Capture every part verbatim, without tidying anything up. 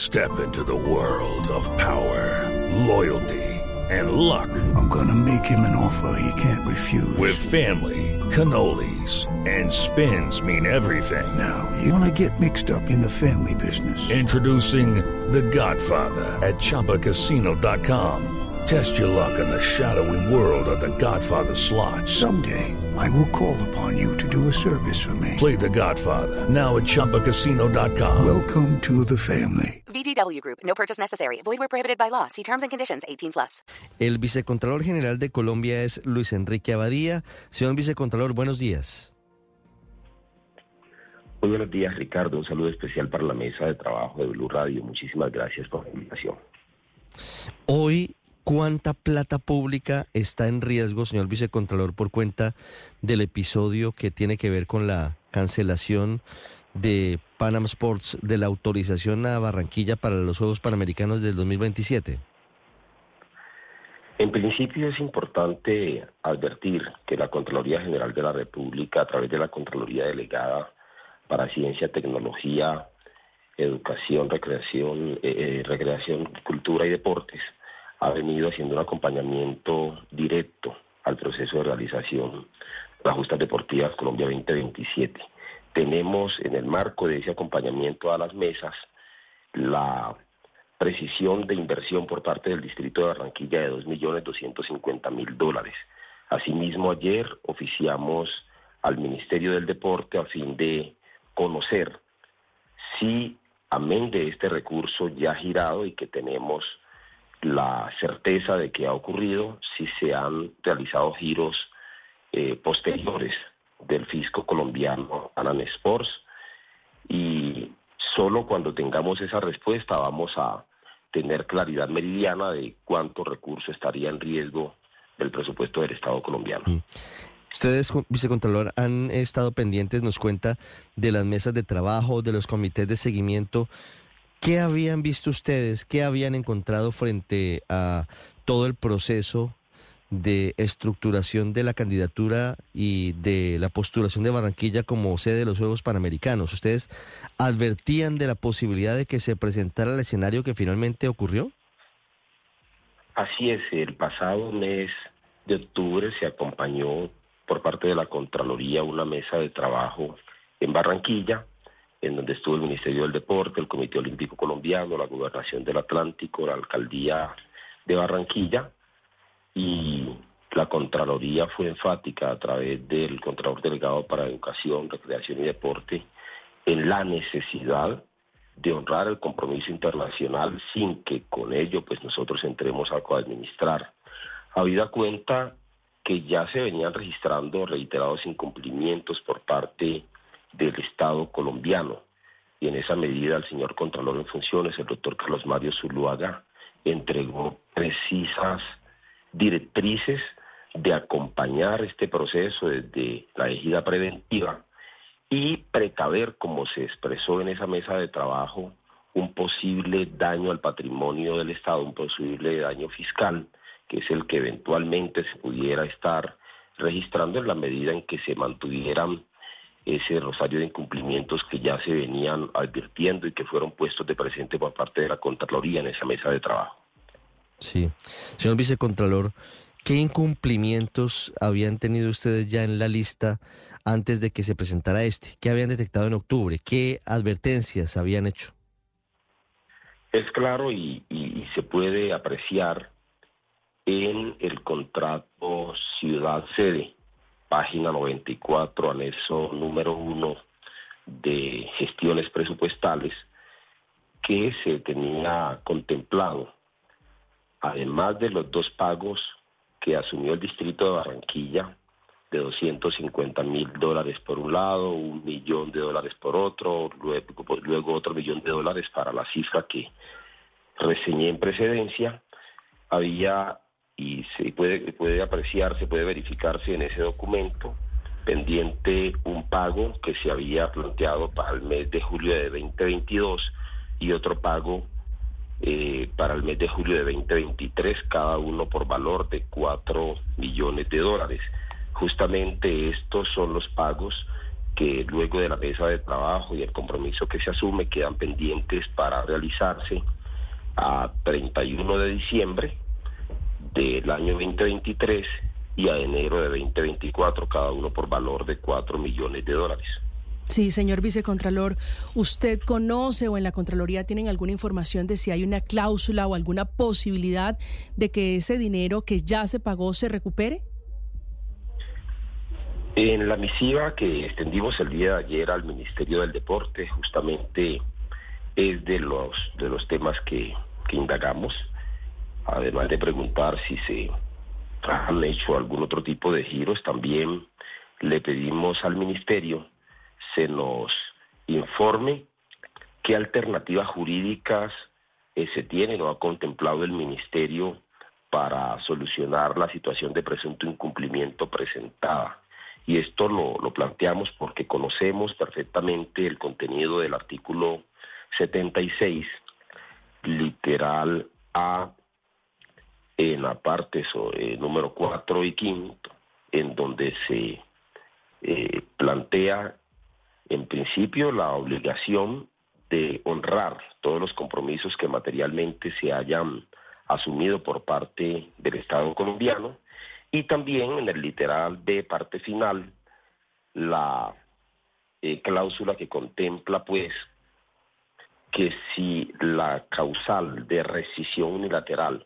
Step into the world of power, loyalty, and luck. I'm gonna make him an offer he can't refuse. With family, cannolis, and spins mean everything. Now, you wanna get mixed up in the family business. Introducing The Godfather at Chumba Casino dot com. Test your luck in the shadowy world of The Godfather slot. Someday, I will call upon you to do a service for me. Play The Godfather, now at Chumba Casino dot com. Welcome to the family. V G W Group. No purchase necessary. Void where prohibited by law. See terms and conditions. eighteen plus. El vicecontralor general de Colombia es Luis Enrique Abadía. Señor vicecontralor, buenos días. Muy buenos días, Ricardo. Un saludo especial para la mesa de trabajo de Blue Radio. Muchísimas gracias por la invitación. Hoy, ¿cuánta plata pública está en riesgo, señor vicecontralor, por cuenta del episodio que tiene que ver con la cancelación de Panam Sports, de la autorización a Barranquilla para los Juegos Panamericanos del dos mil veintisiete? En principio es importante advertir que la Contraloría General de la República, a través de la Contraloría Delegada para Ciencia, Tecnología, Educación, Recreación, eh, Recreación, Cultura y Deportes, ha venido haciendo un acompañamiento directo al proceso de realización de las Justas Deportivas Colombia veinte veintisiete. Tenemos en el marco de ese acompañamiento a las mesas la precisión de inversión por parte del Distrito de Barranquilla de dos millones doscientos cincuenta mil dólares. Asimismo, ayer oficiamos al Ministerio del Deporte a fin de conocer si, amén de este recurso ya girado y que tenemos la certeza de que ha ocurrido, si se han realizado giros eh, posteriores del fisco colombiano Panam Sports, y solo cuando tengamos esa respuesta vamos a tener claridad meridiana de cuánto recurso estaría en riesgo del presupuesto del Estado colombiano. Mm. Ustedes, vicecontralor, han estado pendientes, nos cuenta, de las mesas de trabajo, de los comités de seguimiento. ¿Qué habían visto ustedes? ¿Qué habían encontrado frente a todo el proceso de estructuración de la candidatura y de la postulación de Barranquilla como sede de los Juegos Panamericanos? ¿Ustedes advertían de la posibilidad de que se presentara el escenario que finalmente ocurrió? Así es, el pasado mes de octubre se acompañó por parte de la Contraloría una mesa de trabajo en Barranquilla, en donde estuvo el Ministerio del Deporte, el Comité Olímpico Colombiano, la Gobernación del Atlántico, la Alcaldía de Barranquilla, y la Contraloría fue enfática a través del Contralor Delegado para Educación, Recreación y Deporte en la necesidad de honrar el compromiso internacional sin que con ello pues nosotros entremos a coadministrar. Habida cuenta que ya se venían registrando reiterados incumplimientos por parte del Estado colombiano, y en esa medida el señor Contralor en funciones, el doctor Carlos Mario Zuluaga, entregó precisas directrices de acompañar este proceso desde la égida preventiva y precaver, como se expresó en esa mesa de trabajo, un posible daño al patrimonio del Estado, un posible daño fiscal, que es el que eventualmente se pudiera estar registrando en la medida en que se mantuvieran ese rosario de incumplimientos que ya se venían advirtiendo y que fueron puestos de presente por parte de la Contraloría en esa mesa de trabajo. Sí. Señor vicecontralor, ¿qué incumplimientos habían tenido ustedes ya en la lista antes de que se presentara este? ¿Qué habían detectado en octubre? ¿Qué advertencias habían hecho? Es claro y, y, y se puede apreciar en el contrato ciudad-sede, página noventa y cuatro, anexo número uno de gestiones presupuestales, que se tenía contemplado, además de los dos pagos que asumió el Distrito de Barranquilla, de doscientos cincuenta mil dólares por un lado, un millón de dólares por otro, luego, luego otro millón de dólares para la cifra que reseñé en precedencia. Había, y se puede, puede apreciarse, puede verificarse en ese documento, pendiente un pago que se había planteado para el mes de julio de veinte veintidós y otro pago eh, para el mes de julio de veinte veintitrés, cada uno por valor de cuatro millones de dólares. Justamente estos son los pagos que luego de la mesa de trabajo y el compromiso que se asume quedan pendientes para realizarse a treinta y uno de diciembre del año veinte veintitrés y a enero de veinte veinticuatro, cada uno por valor de cuatro millones de dólares. Sí, señor vicecontralor, ¿usted conoce o en la Contraloría tienen alguna información de si hay una cláusula o alguna posibilidad de que ese dinero que ya se pagó se recupere? En la misiva que extendimos el día de ayer al Ministerio del Deporte, justamente es de los, de los temas que, que indagamos, además de preguntar si se han hecho algún otro tipo de giros, también le pedimos al Ministerio se nos informe qué alternativas jurídicas eh, se tienen o ha contemplado el Ministerio para solucionar la situación de presunto incumplimiento presentada. Y esto lo, lo planteamos porque conocemos perfectamente el contenido del artículo setenta y seis, literal A, en la parte sobre, eh, número cuatro y quinto, en donde se eh, plantea en principio la obligación de honrar todos los compromisos que materialmente se hayan asumido por parte del Estado colombiano, y también en el literal de parte final la eh, cláusula que contempla pues que si la causal de rescisión unilateral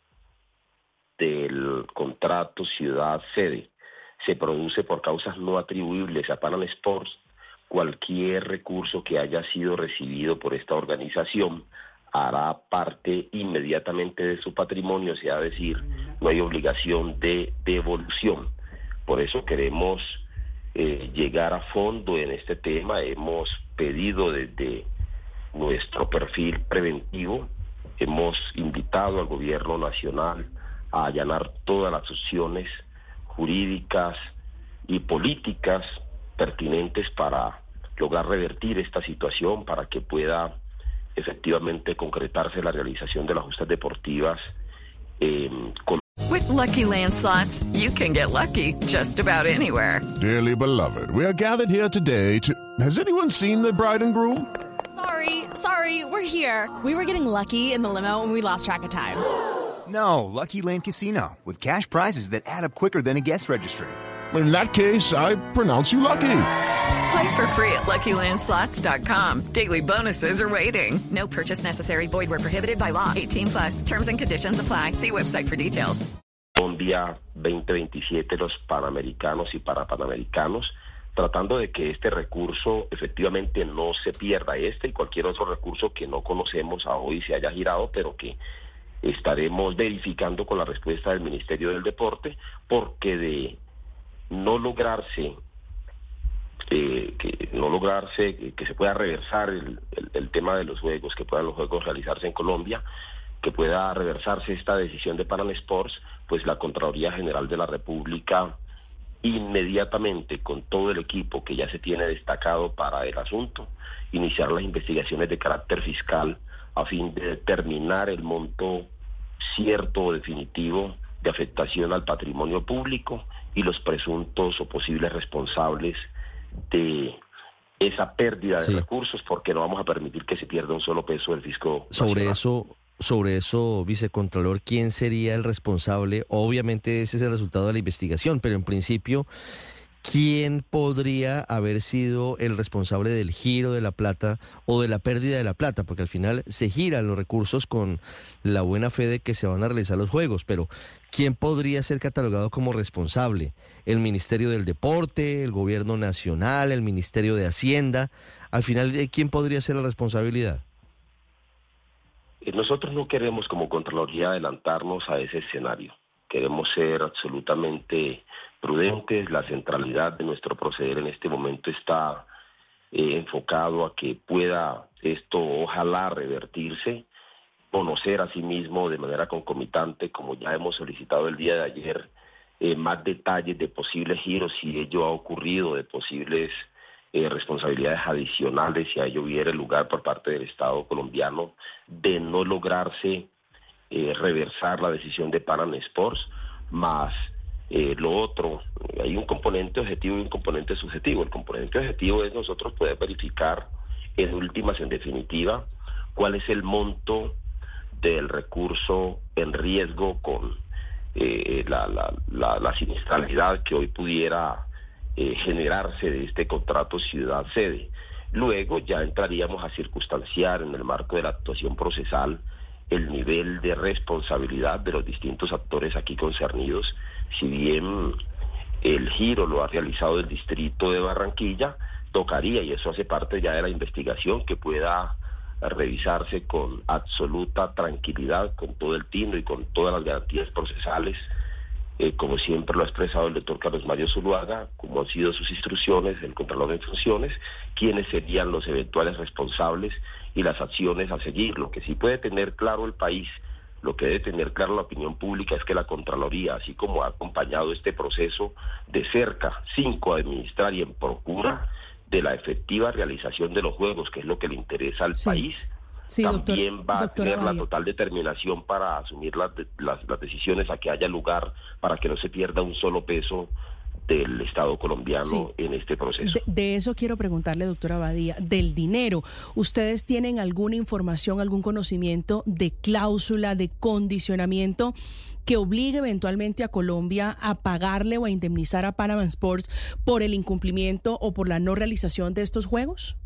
del contrato ciudad-sede se produce por causas no atribuibles a Panam Sports, cualquier recurso que haya sido recibido por esta organización hará parte inmediatamente de su patrimonio, o sea, decir, no hay obligación de devolución. Por eso queremos eh, llegar a fondo en este tema. Hemos pedido desde nuestro perfil preventivo, hemos invitado al gobierno nacional a allanar todas las opciones jurídicas y políticas pertinentes para lograr revertir esta situación, para que pueda efectivamente concretarse la realización de las justas deportivas eh, con... With Lucky Land Slots, you can get lucky just about anywhere. Dearly beloved, we are gathered here today to... Has anyone seen the bride and groom? Sorry, sorry, we're here. We were getting lucky in the limo and we lost track of time. No, Lucky Land Casino, with cash prizes that add up quicker than a guest registry. In that case, I pronounce you lucky. Play for free at Lucky Land Slots dot com. Daily bonuses are waiting. No purchase necessary. Void where prohibited by law. eighteen plus. Terms and conditions apply. See website for details. Colombia veinte veintisiete, los panamericanos y parapanamericanos, tratando de que este recurso efectivamente no se pierda, este y cualquier otro recurso que no conocemos a hoy se haya girado, pero que estaremos verificando con la respuesta del Ministerio del Deporte, porque de no lograrse eh, que no lograrse que, que se pueda reversar el, el, el tema de los juegos, que puedan los juegos realizarse en Colombia, que pueda reversarse esta decisión de Panam Sports, pues la Contraloría General de la República inmediatamente, con todo el equipo que ya se tiene destacado para el asunto, iniciar las investigaciones de carácter fiscal a fin de determinar el monto cierto o definitivo de afectación al patrimonio público y los presuntos o posibles responsables de esa pérdida de sí. recursos, porque no vamos a permitir que se pierda un solo peso del fisco sobre nacional. eso Sobre eso, vicecontralor, ¿quién sería el responsable? Obviamente ese es el resultado de la investigación, pero en principio, ¿quién podría haber sido el responsable del giro de la plata o de la pérdida de la plata? Porque al final se giran los recursos con la buena fe de que se van a realizar los juegos, pero ¿quién podría ser catalogado como responsable? ¿El Ministerio del Deporte, el Gobierno Nacional, el Ministerio de Hacienda? Al final, ¿quién podría ser la responsabilidad? Nosotros no queremos como Contraloría adelantarnos a ese escenario. Queremos ser absolutamente prudentes. La centralidad de nuestro proceder en este momento está eh, enfocado a que pueda esto ojalá revertirse, conocer asimismo de manera concomitante, como ya hemos solicitado el día de ayer, eh, más detalles de posibles giros, si ello ha ocurrido, de posibles Eh, responsabilidades adicionales si a ello hubiera lugar por parte del Estado colombiano, de no lograrse eh, reversar la decisión de Panam Sports, más Eh, lo otro, hay un componente objetivo y un componente subjetivo. El componente objetivo es nosotros poder verificar en últimas, en definitiva, cuál es el monto del recurso en riesgo con eh, la, la, la, la siniestralidad que hoy pudiera eh, generarse de este contrato ciudad-sede. Luego ya entraríamos a circunstanciar en el marco de la actuación procesal el nivel de responsabilidad de los distintos actores aquí concernidos. Si bien el giro lo ha realizado el distrito de Barranquilla, tocaría, y eso hace parte ya de la investigación, que pueda revisarse con absoluta tranquilidad, con todo el tino y con todas las garantías procesales, eh, como siempre lo ha expresado el doctor Carlos Mario Zuluaga, como han sido sus instrucciones, el Contralor en funciones, quiénes serían los eventuales responsables y las acciones a seguir. Lo que sí puede tener claro el país, lo que debe tener claro la opinión pública, es que la Contraloría, así como ha acompañado este proceso de cerca, sin coadministrar y en procura de la efectiva realización de los juegos, que es lo que le interesa al sí. país, sí, también doctor, va a tener la total determinación para asumir las, las, las decisiones a que haya lugar para que no se pierda un solo peso del Estado colombiano sí. en este proceso. De, de eso quiero preguntarle, doctora Abadía, del dinero. ¿Ustedes tienen alguna información, algún conocimiento de cláusula, de condicionamiento que obligue eventualmente a Colombia a pagarle o a indemnizar a Panama Sports por el incumplimiento o por la no realización de estos juegos?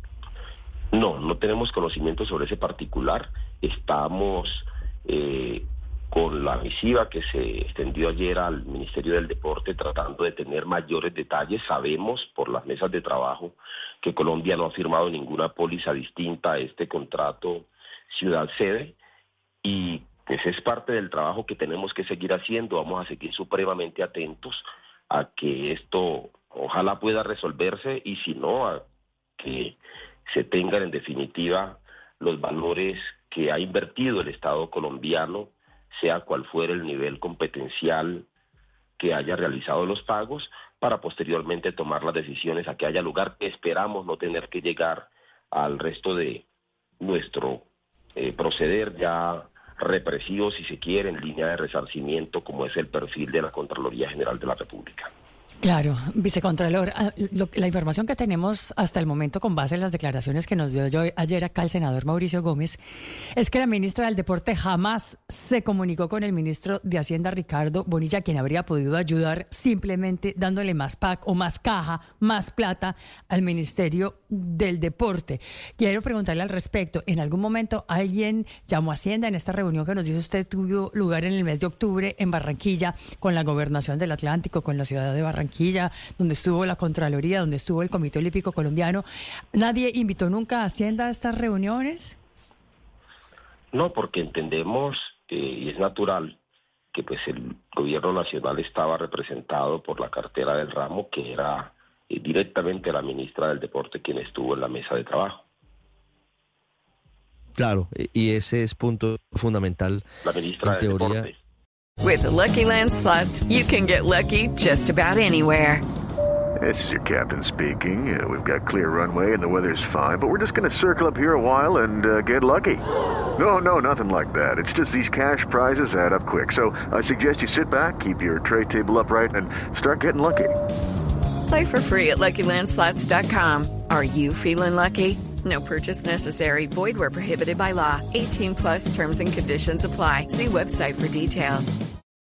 No, no tenemos conocimiento sobre ese particular. Estamos eh, con la misiva que se extendió ayer al Ministerio del Deporte tratando de tener mayores detalles. Sabemos por las mesas de trabajo que Colombia no ha firmado ninguna póliza distinta a este contrato ciudad-sede y pues es parte del trabajo que tenemos que seguir haciendo. Vamos a seguir supremamente atentos a que esto ojalá pueda resolverse y si no, a que se tengan en definitiva los valores que ha invertido el Estado colombiano, sea cual fuera el nivel competencial que haya realizado los pagos, para posteriormente tomar las decisiones a que haya lugar. Esperamos no tener que llegar al resto de nuestro eh, proceder ya represivo, si se quiere, en línea de resarcimiento, como es el perfil de la Contraloría General de la República. Claro, vicecontralor, lo, la información que tenemos hasta el momento con base en las declaraciones que nos dio yo ayer acá el senador Mauricio Gómez es que la ministra del Deporte jamás se comunicó con el ministro de Hacienda Ricardo Bonilla, quien habría podido ayudar simplemente dándole más P A C o más caja, más plata al Ministerio del Deporte. Quiero preguntarle al respecto, ¿en algún momento alguien llamó a Hacienda en esta reunión que nos dice usted tuvo lugar en el mes de octubre en Barranquilla con la Gobernación del Atlántico, con la ciudad de Barranquilla, donde estuvo la Contraloría, donde estuvo el Comité Olímpico Colombiano? ¿Nadie invitó nunca a Hacienda a estas reuniones? No, porque entendemos, eh, y es natural, que pues el gobierno nacional estaba representado por la cartera del ramo, que era eh, directamente la ministra del Deporte quien estuvo en la mesa de trabajo. Claro, y ese es punto fundamental. La ministra del Deporte. With the Lucky Land Slots, you can get lucky just about anywhere. This is your captain speaking. Uh, we've got clear runway and the weather's fine, but we're just going to circle up here a while and uh, get lucky. No, no, nothing like that. It's just these cash prizes add up quick. So I suggest you sit back, keep your tray table upright, and start getting lucky. Play for free at Lucky Land Slots dot com. Are you feeling lucky? No purchase necessary. Void where prohibited by law. eighteen plus terms and conditions apply. See website for details.